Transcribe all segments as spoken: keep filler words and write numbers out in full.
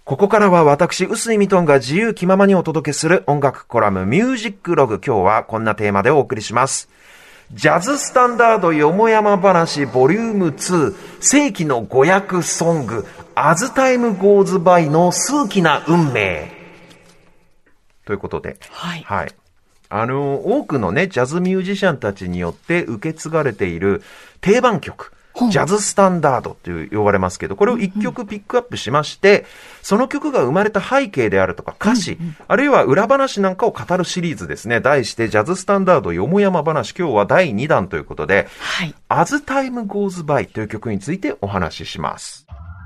ここからは私、臼井ミトンが自由気ままにお届けする音楽コラムミュージックログ。今日はこんなテーマでお送りします。ジャズスタンダードよもやま話ボリュームツー、世紀の語訳ソング As Time Goes By の数奇な運命ということで、 はい、 はい、あの多くのねジャズミュージシャンたちによって受け継がれている定番曲、ジャズスタンダードという呼ばれますけど、これを一曲ピックアップしまして、その曲が生まれた背景であるとか歌詞、うんうん、あるいは裏話なんかを語るシリーズですね。題してジャズスタンダードよもやま話、今日はだいにだんということで、 はい、 As Time Goes By という曲についてお話しします。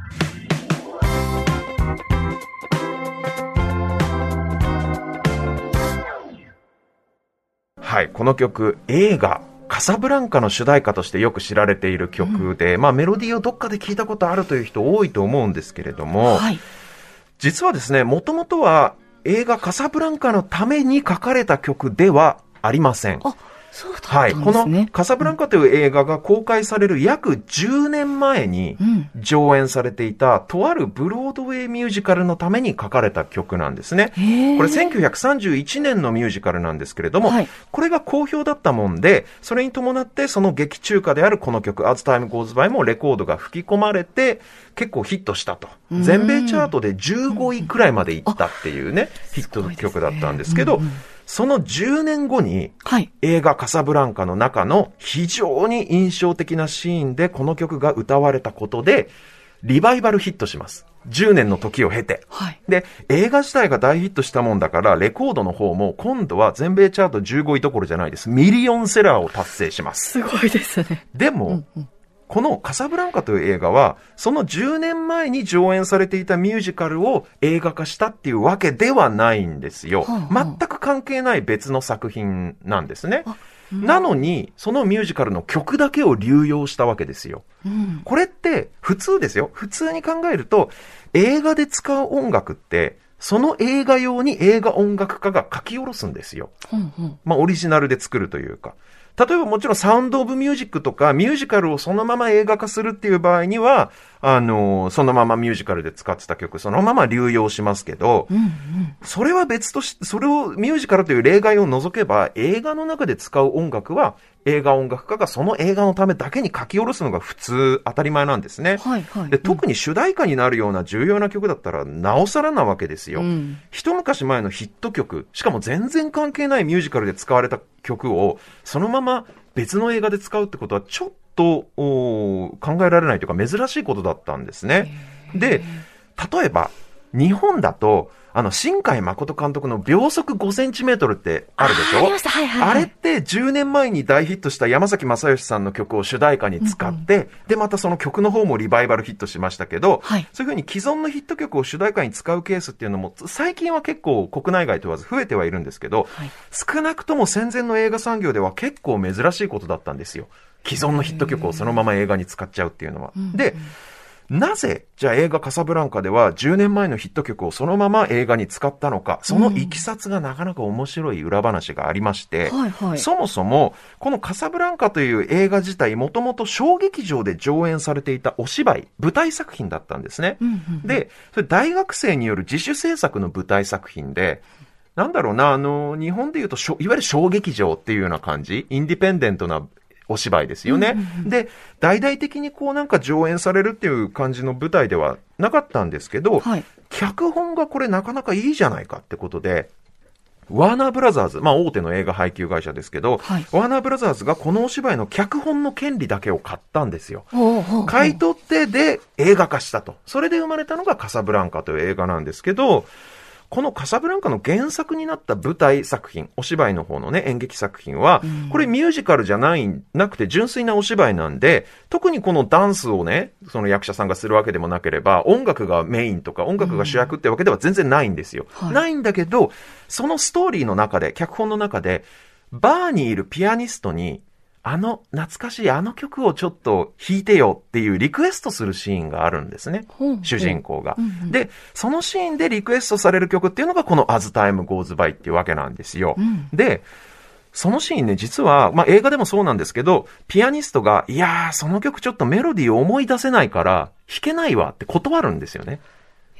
はい、この曲、映画カサブランカの主題歌としてよく知られている曲で、うん、まあメロディーをどっかで聞いたことあるという人多いと思うんですけれども、 はい、 実はですね、もともとは映画カサブランカのために書かれた曲ではありません。 あ、そうだったんですね。 はい、このカサブランカという映画が公開される約じゅうねんまえに上演されていたとあるブロードウェイミュージカルのために書かれた曲なんですね。これせんきゅうひゃくさんじゅういちねんのミュージカルなんですけれども、はい、これが好評だったもんで、それに伴ってその劇中歌であるこの曲 As Time Goes By もレコードが吹き込まれて結構ヒットしたと。全米チャートでじゅうごいくらいまでいったっていうね、ヒット曲だったんですけど、そのじゅうねんごに、はい、映画カサブランカの中の非常に印象的なシーンでこの曲が歌われたことでリバイバルヒットします。じゅうねんの時を経て、はい、で映画自体が大ヒットしたもんだからレコードの方も今度は全米チャートじゅうごいどころじゃないです。ミリオンセラーを達成します。 すごいですね。 でも、うんうん、このカサブランカという映画はそのじゅうねんまえに上演されていたミュージカルを映画化したっていうわけではないんですよ。はあはあ、全く関係ない別の作品なんですね。うん、なのにそのミュージカルの曲だけを流用したわけですよ。うん、これって普通ですよ。普通に考えると映画で使う音楽ってその映画用に映画音楽家が書き下ろすんですよ。うんうん、まあオリジナルで作るというか。例えばもちろんサウンドオブミュージックとかミュージカルをそのまま映画化するっていう場合にはあのそのままミュージカルで使ってた曲そのまま流用しますけど、うんうん、それは別としてそれをミュージカルという例外を除けば映画の中で使う音楽は映画音楽家がその映画のためだけに書き下ろすのが普通当たり前なんですね。はいはい、で特に主題歌になるような重要な曲だったらなおさらなわけですよ。うん、一昔前のヒット曲しかも全然関係ないミュージカルで使われた曲をそのまま別の映画で使うってことはちょっと考えられないというか珍しいことだったんですね。で例えば日本だとあの新海誠監督の秒速ごセンチメートルってあるでしょ。 あ, あ, りました、はいはいはい、あれってじゅうねんまえに大ヒットした山崎正義さんの曲を主題歌に使って、うんうん、でまたその曲の方もリバイバルヒットしましたけど、はい、そういう風に既存のヒット曲を主題歌に使うケースっていうのも最近は結構国内外問わず増えてはいるんですけど、はい、少なくとも戦前の映画産業では結構珍しいことだったんですよ。既存のヒット曲をそのまま映画に使っちゃうっていうのは。うんうん、でなぜじゃあ映画カサブランカではじゅうねんまえのヒット曲をそのまま映画に使ったのか、そのいきさつがなかなか面白い裏話がありまして、うんはいはい、そもそもこのカサブランカという映画自体もともと小劇場で上演されていたお芝居舞台作品だったんですね。うんうんうん、でそれ大学生による自主制作の舞台作品でなんだろうなあの日本でいうといわゆる小劇場っていうような感じインディペンデントなお芝居ですよね。うんうんうん、で大々的にこうなんか上演されるっていう感じの舞台ではなかったんですけど、はい、脚本がこれなかなかいいじゃないかってことでワーナーブラザーズ、まあ大手の映画配給会社ですけど、はい、ワーナーブラザーズがこのお芝居の脚本の権利だけを買ったんですよ。ほうほうほう買い取ってで映画化したと。それで生まれたのがカサブランカという映画なんですけど、このカサブランカの原作になった舞台作品、お芝居の方のね、演劇作品は、これミュージカルじゃない、なくて純粋なお芝居なんで、特にこのダンスをね、その役者さんがするわけでもなければ、音楽がメインとか音楽が主役ってわけでは全然ないんですよ。はい、ないんだけど、そのストーリーの中で、脚本の中で、バーにいるピアニストに、あの懐かしいあの曲をちょっと弾いてよっていうリクエストするシーンがあるんですね、うん、主人公が、うんうん、でそのシーンでリクエストされる曲っていうのがこの As Time Goes By っていうわけなんですよ、うん、でそのシーンね実は、まあ、映画でもそうなんですけどピアニストがいやーその曲ちょっとメロディーを思い出せないから弾けないわって断るんですよね。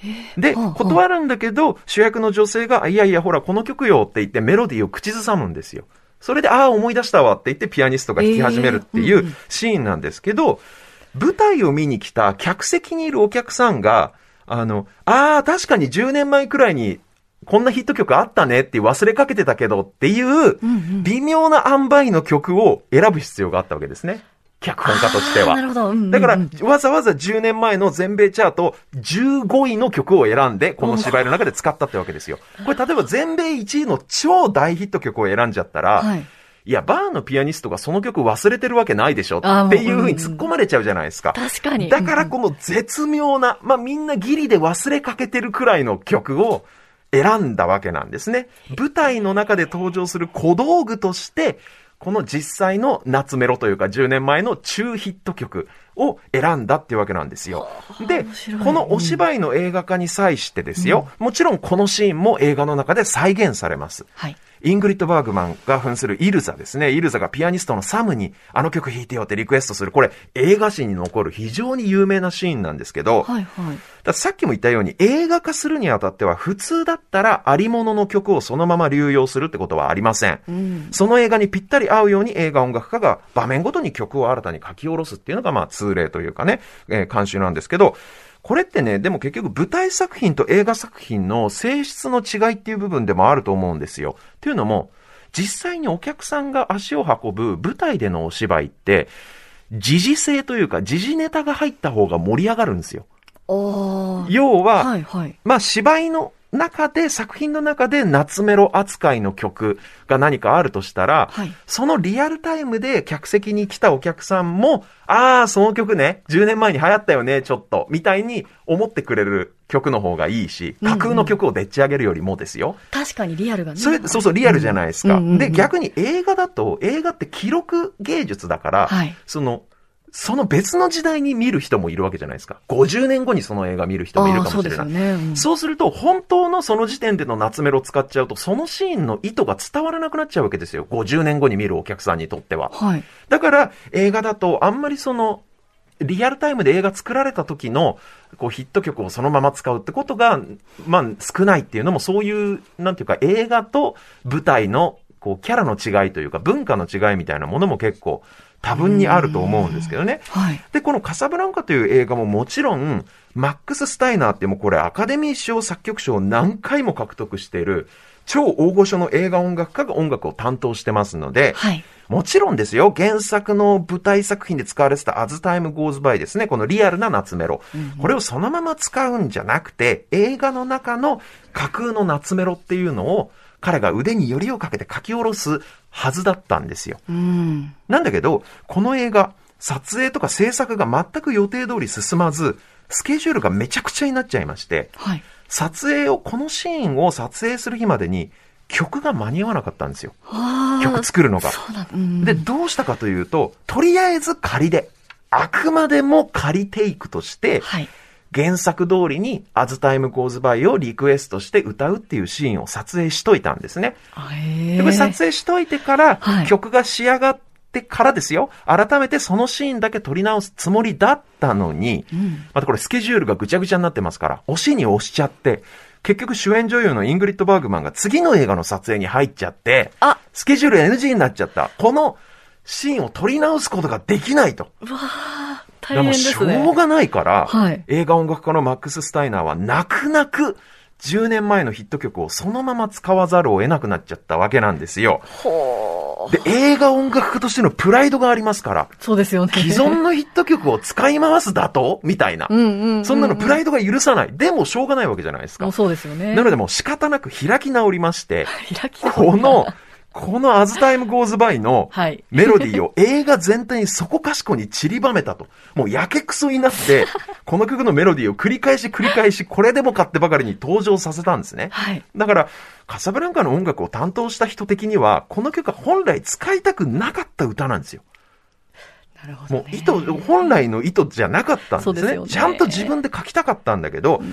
で、断るんだけど、主役の女性が、いやいや、ほら、この曲よって言ってメロディーを口ずさむんですよ。それで、ああ、思い出したわって言ってピアニストが弾き始めるっていうシーンなんですけど、舞台を見に来た客席にいるお客さんが、あの、ああ、確かにじゅうねんまえくらいに、こんなヒット曲あったねって忘れかけてたけどっていう、微妙な塩梅の曲を選ぶ必要があったわけですね。脚本家としては。 なるほど。うんうんうん、 だから、わざわざじゅうねんまえの全米チャートじゅうごいの曲を選んで、この芝居の中で使ったってわけですよ。これ、例えば全米いちいの超大ヒット曲を選んじゃったら、はい、いや、バーのピアニストがその曲忘れてるわけないでしょっていう風に突っ込まれちゃうじゃないですか。 確かに。 だからこの絶妙な、まあみんなギリで忘れかけてるくらいの曲を選んだわけなんですね。舞台の中で登場する小道具として、この実際の夏メロというかじゅうねんまえの中ヒット曲を選んだっていうわけなんですよ。で、このお芝居の映画化に際してですよ、うん、もちろんこのシーンも映画の中で再現されます。はい。イングリッド・バーグマンが扮するイルザですね。イルザがピアニストのサムにあの曲弾いてよってリクエストする。これ映画史に残る非常に有名なシーンなんですけど、はいはい。ださっきも言ったように映画化するにあたっては普通だったらありものの曲をそのまま流用するってことはありません。うん、その映画にぴったり合うように映画音楽家が場面ごとに曲を新たに書き下ろすっていうのがまあ通例というかね、えー、慣習なんですけど、これってね、でも結局舞台作品と映画作品の性質の違いっていう部分でもあると思うんですよ。っていうのも、実際にお客さんが足を運ぶ舞台でのお芝居って、時事性というか時事ネタが入った方が盛り上がるんですよ。要は、はいはい、まあ芝居の中で、作品の中で夏メロ扱いの曲が何かあるとしたら、はい、そのリアルタイムで客席に来たお客さんも、ああ、その曲ね、じゅうねんまえに流行ったよね、ちょっと、みたいに思ってくれる曲の方がいいし、架空の曲をでっち上げるよりもですよ。 うんうん、確かにリアルがね。 それ、そうそう、リアルじゃないですか。うんうんうん、で、逆に映画だと、映画って記録芸術だから、はい、その、その別の時代に見る人もいるわけじゃないですか。ごじゅうねんごにその映画見る人もいるかもしれない。そうですよね。うん、そうすると、本当のその時点での夏メロを使っちゃうと、そのシーンの意図が伝わらなくなっちゃうわけですよ。ごじゅうねんごに見るお客さんにとっては。はい。だから、映画だと、あんまりその、リアルタイムで映画作られた時の、こうヒット曲をそのまま使うってことが、まあ少ないっていうのも、そういう、なんていうか、映画と舞台の、こう、キャラの違いというか、文化の違いみたいなものも結構、多分にあると思うんですけどね。はい、で、このカサブランカという映画ももちろん、マックス・スタイナーってもうこれアカデミー賞作曲賞を何回も獲得している超大御所の映画音楽家が音楽を担当してますので、はい、もちろんですよ、原作の舞台作品で使われてた As Time Goes By ですね、このリアルな夏メロ、うんうん。これをそのまま使うんじゃなくて、映画の中の架空の夏メロっていうのを彼が腕によりをかけて書き下ろすはずだったんですよ。うん、なんだけど、この映画、撮影とか制作が全く予定通り進まず、スケジュールがめちゃくちゃになっちゃいまして、はい、撮影を、このシーンを撮影する日までに曲が間に合わなかったんですよ。曲作るのが。そうだ、うん、で、どうしたかというと、とりあえず仮で、あくまでも仮テイクとして、はい、原作通りに As Time Goes By をリクエストして歌うっていうシーンを撮影しといたんですね。でこれ撮影しといてから、はい、曲が仕上がってからですよ。改めてそのシーンだけ撮り直すつもりだったのに、うん、またこれスケジュールがぐちゃぐちゃになってますから、押しに押しちゃって、結局主演女優のイングリッド・バーグマンが次の映画の撮影に入っちゃって、あスケジュール エヌジー になっちゃった。このシーンを撮り直すことができないと。 うわー大変ですね。 もうしょうがないから、はい、映画音楽家のマックス・スタイナーは泣く泣くじゅうねんまえのヒット曲をそのまま使わざるを得なくなっちゃったわけなんですよ。ほー。で、映画音楽家としてのプライドがありますから。 そうですよね。 既存のヒット曲を使い回すだとみたいな、うんうんうんうん。そんなのプライドが許さない。でもしょうがないわけじゃないですか。 もうそうですよね。 なのでもう仕方なく開き直りまして、 開き直りこの、この As Time Goes By のメロディーを映画全体にそこかしこに散りばめたと。もうやけくそになって、この曲のメロディーを繰り返し繰り返し、これでもかってばかりに登場させたんですね。はい、だから、カサブランカの音楽を担当した人的には、この曲は本来使いたくなかった歌なんですよ。 なるほどね、 もう意図、本来の意図じゃなかったんですね。そうですよね。ちゃんと自分で書きたかったんだけど、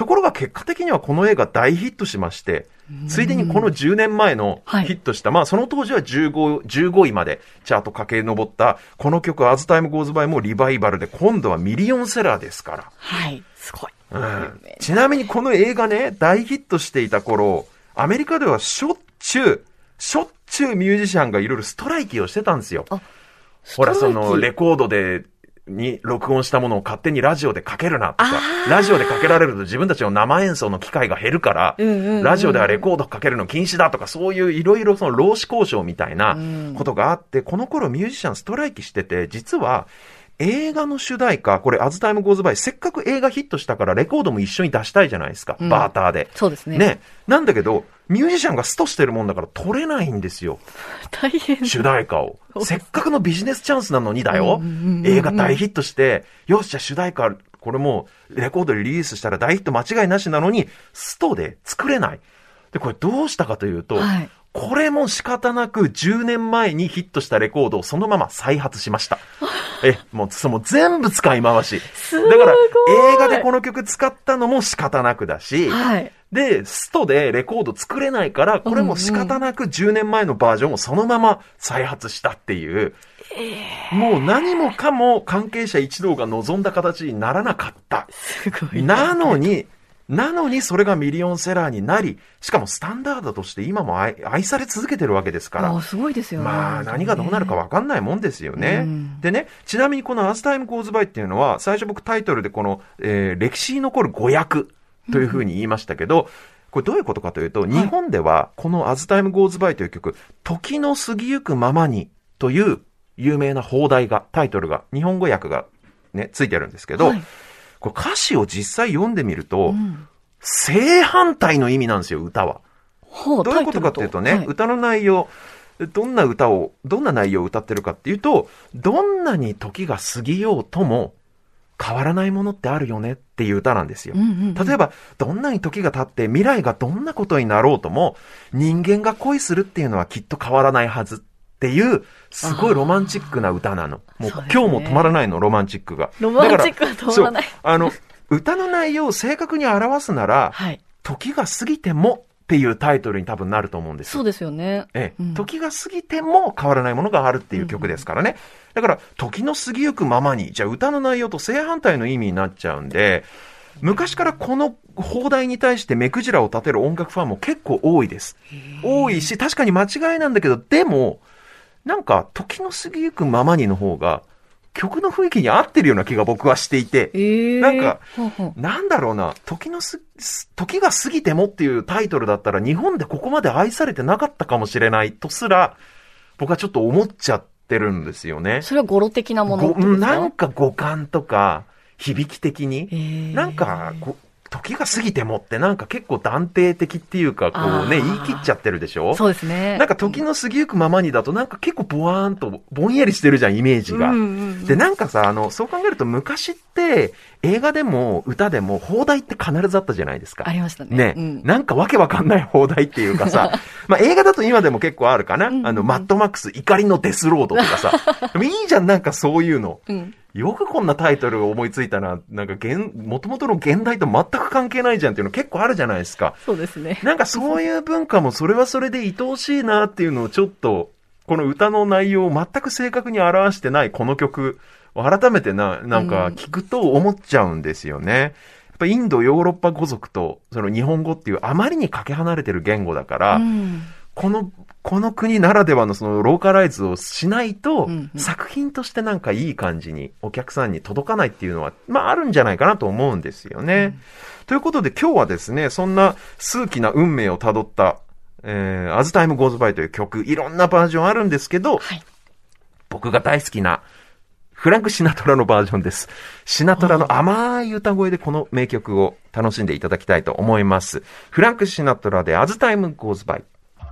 ところが結果的にはこの映画大ヒットしまして、ついでにこのじゅうねんまえのヒットした、はい、まあその当時はじゅうご、じゅうごいまでチャート駆け上ったこの曲 As Time Goes By もリバイバルで今度はミリオンセラーですから。 はい、すごい。 うん、ちなみにこの映画ね、大ヒットしていた頃、アメリカではしょっちゅう、しょっちゅうミュージシャンがいろいろストライキをしてたんですよ。ほら、そのレコードで、に録音したものを勝手にラジオでかけるなとか、ラジオでかけられると自分たちの生演奏の機会が減るから、うんうんうんうん、ラジオではレコードかけるの禁止だとか、そういういろいろその労使交渉みたいなことがあって、うん、この頃ミュージシャンストライキしてて、実は映画の主題歌、これ As Time Goes By、せっかく映画ヒットしたからレコードも一緒に出したいじゃないですか、うん、バーターで。 そうですね。 ね。なんだけど、ミュージシャンがストしてるもんだから取れないんですよ。 大変。 主題歌を。せっかくのビジネスチャンスなのにだよ。うんうんうんうん、映画大ヒットして、よし、じゃあ主題歌、これもうレコードでリリースしたら大ヒット間違いなしなのに、ストで作れない。で、これどうしたかというと、はい、これも仕方なくじゅうねんまえにヒットしたレコードをそのまま再発しました。え、もう、その全部使い回し。だから映画でこの曲使ったのも仕方なくだし、はい、で、ストでレコード作れないから、これも仕方なくじゅうねんまえのバージョンをそのまま再発したっていう、えー、もう何もかも関係者一同が望んだ形にならなかった。 すごい。 なのに、なのにそれがミリオンセラーになり、しかもスタンダードとして今も 愛, 愛され続けてるわけですから。 あ、すごいですよね。 まあ何がどうなるか分かんないもんですよね。うん、でね、ちなみにこの As Time Goes By っていうのは、最初僕タイトルでこの、えー、歴史に残る誤訳というふうに言いましたけど、うん、これどういうことかというと、日本ではこの As Time Goes By という曲、時の過ぎゆくままにという有名な邦題が、タイトルが、日本語訳がね、ついてるんですけど、はい、これ歌詞を実際読んでみると、うん、正反対の意味なんですよ、歌は。どういうことかっていうとね、はい、歌の内容、どんな歌を、どんな内容を歌ってるかっていうと、どんなに時が過ぎようとも変わらないものってあるよねっていう歌なんですよ。うんうんうん、例えば、どんなに時が経って未来がどんなことになろうとも、人間が恋するっていうのはきっと変わらないはずっていう、すごいロマンチックな歌なの。もう今日も止まらないの、ロマンチックが。 ロマンチックが止まらない。 あの、歌の内容を正確に表すなら、はい、時が過ぎてもっていうタイトルに多分なると思うんですよ。 そうですよね。 ええ、うん、時が過ぎても変わらないものがあるっていう曲ですからね。うんうん、だから、時の過ぎゆくままに、じゃあ歌の内容と正反対の意味になっちゃうんで、昔からこの邦題に対して目くじらを立てる音楽ファンも結構多いです。多いし、確かに間違いなんだけど、でも、なんか、時の過ぎゆくままにの方が、曲の雰囲気に合ってるような気が僕はしていて、えー、なんか、ほうほう、なんだろうな、時のす、時が過ぎてもっていうタイトルだったら日本でここまで愛されてなかったかもしれないとすら、僕はちょっと思っちゃってるんですよね。 それは語呂的なものってことですか？ なんか語感とか、響き的に、えー、なんかこ、時が過ぎてもってなんか結構断定的っていうか、こうね、言い切っちゃってるでしょ？ そうですね。 なんか時の過ぎゆくままにだとなんか結構ボワーンとぼんやりしてるじゃん、イメージが。うんうんうん、で、なんかさ、あの、そう考えると昔って映画でも歌でも邦題って必ずあったじゃないですか。 ありましたね。 ね。うん、なんかわけわかんない邦題っていうかさ、まあ映画だと今でも結構あるかな。うんうん、あの、マッドマックス怒りのデスロードとかさ。でもいいじゃん、なんかそういうの。うん、よくこんなタイトルを思いついたな。なんか現、元々の現代と全く関係ないじゃんっていうの結構あるじゃないですか。 そうですね。 なんかそういう文化もそれはそれで愛おしいなっていうのをちょっと、この歌の内容を全く正確に表してないこの曲を改めてな、なんか聞くと思っちゃうんですよね。うん、やっぱインド、ヨーロッパ語族とその日本語っていうあまりにかけ離れてる言語だから、うん、この、この国ならではのそのローカライズをしないと、うんうん、作品としてなんかいい感じにお客さんに届かないっていうのは、まああるんじゃないかなと思うんですよね。うん、ということで今日はですね、そんな数奇な運命をたどった、えー、As Time Goes By という曲、いろんなバージョンあるんですけど、はい、僕が大好きなフランク・シナトラのバージョンです。シナトラの甘い歌声でこの名曲を楽しんでいただきたいと思います。フランク・シナトラで As Time Goes By。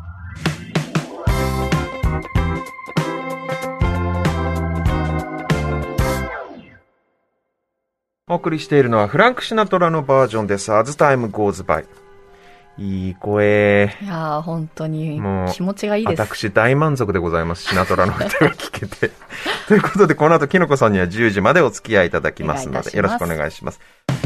お送りしているのはフランク・シナトラのバージョンです。As Time Goes By。いい声。 いやー、本当に気持ちがいいです。 私大満足でございます。シナトラの歌が聴けて。ということで、この後、きのこさんにはじゅうじまでお付き合いいただきますので、よろしくお願いします。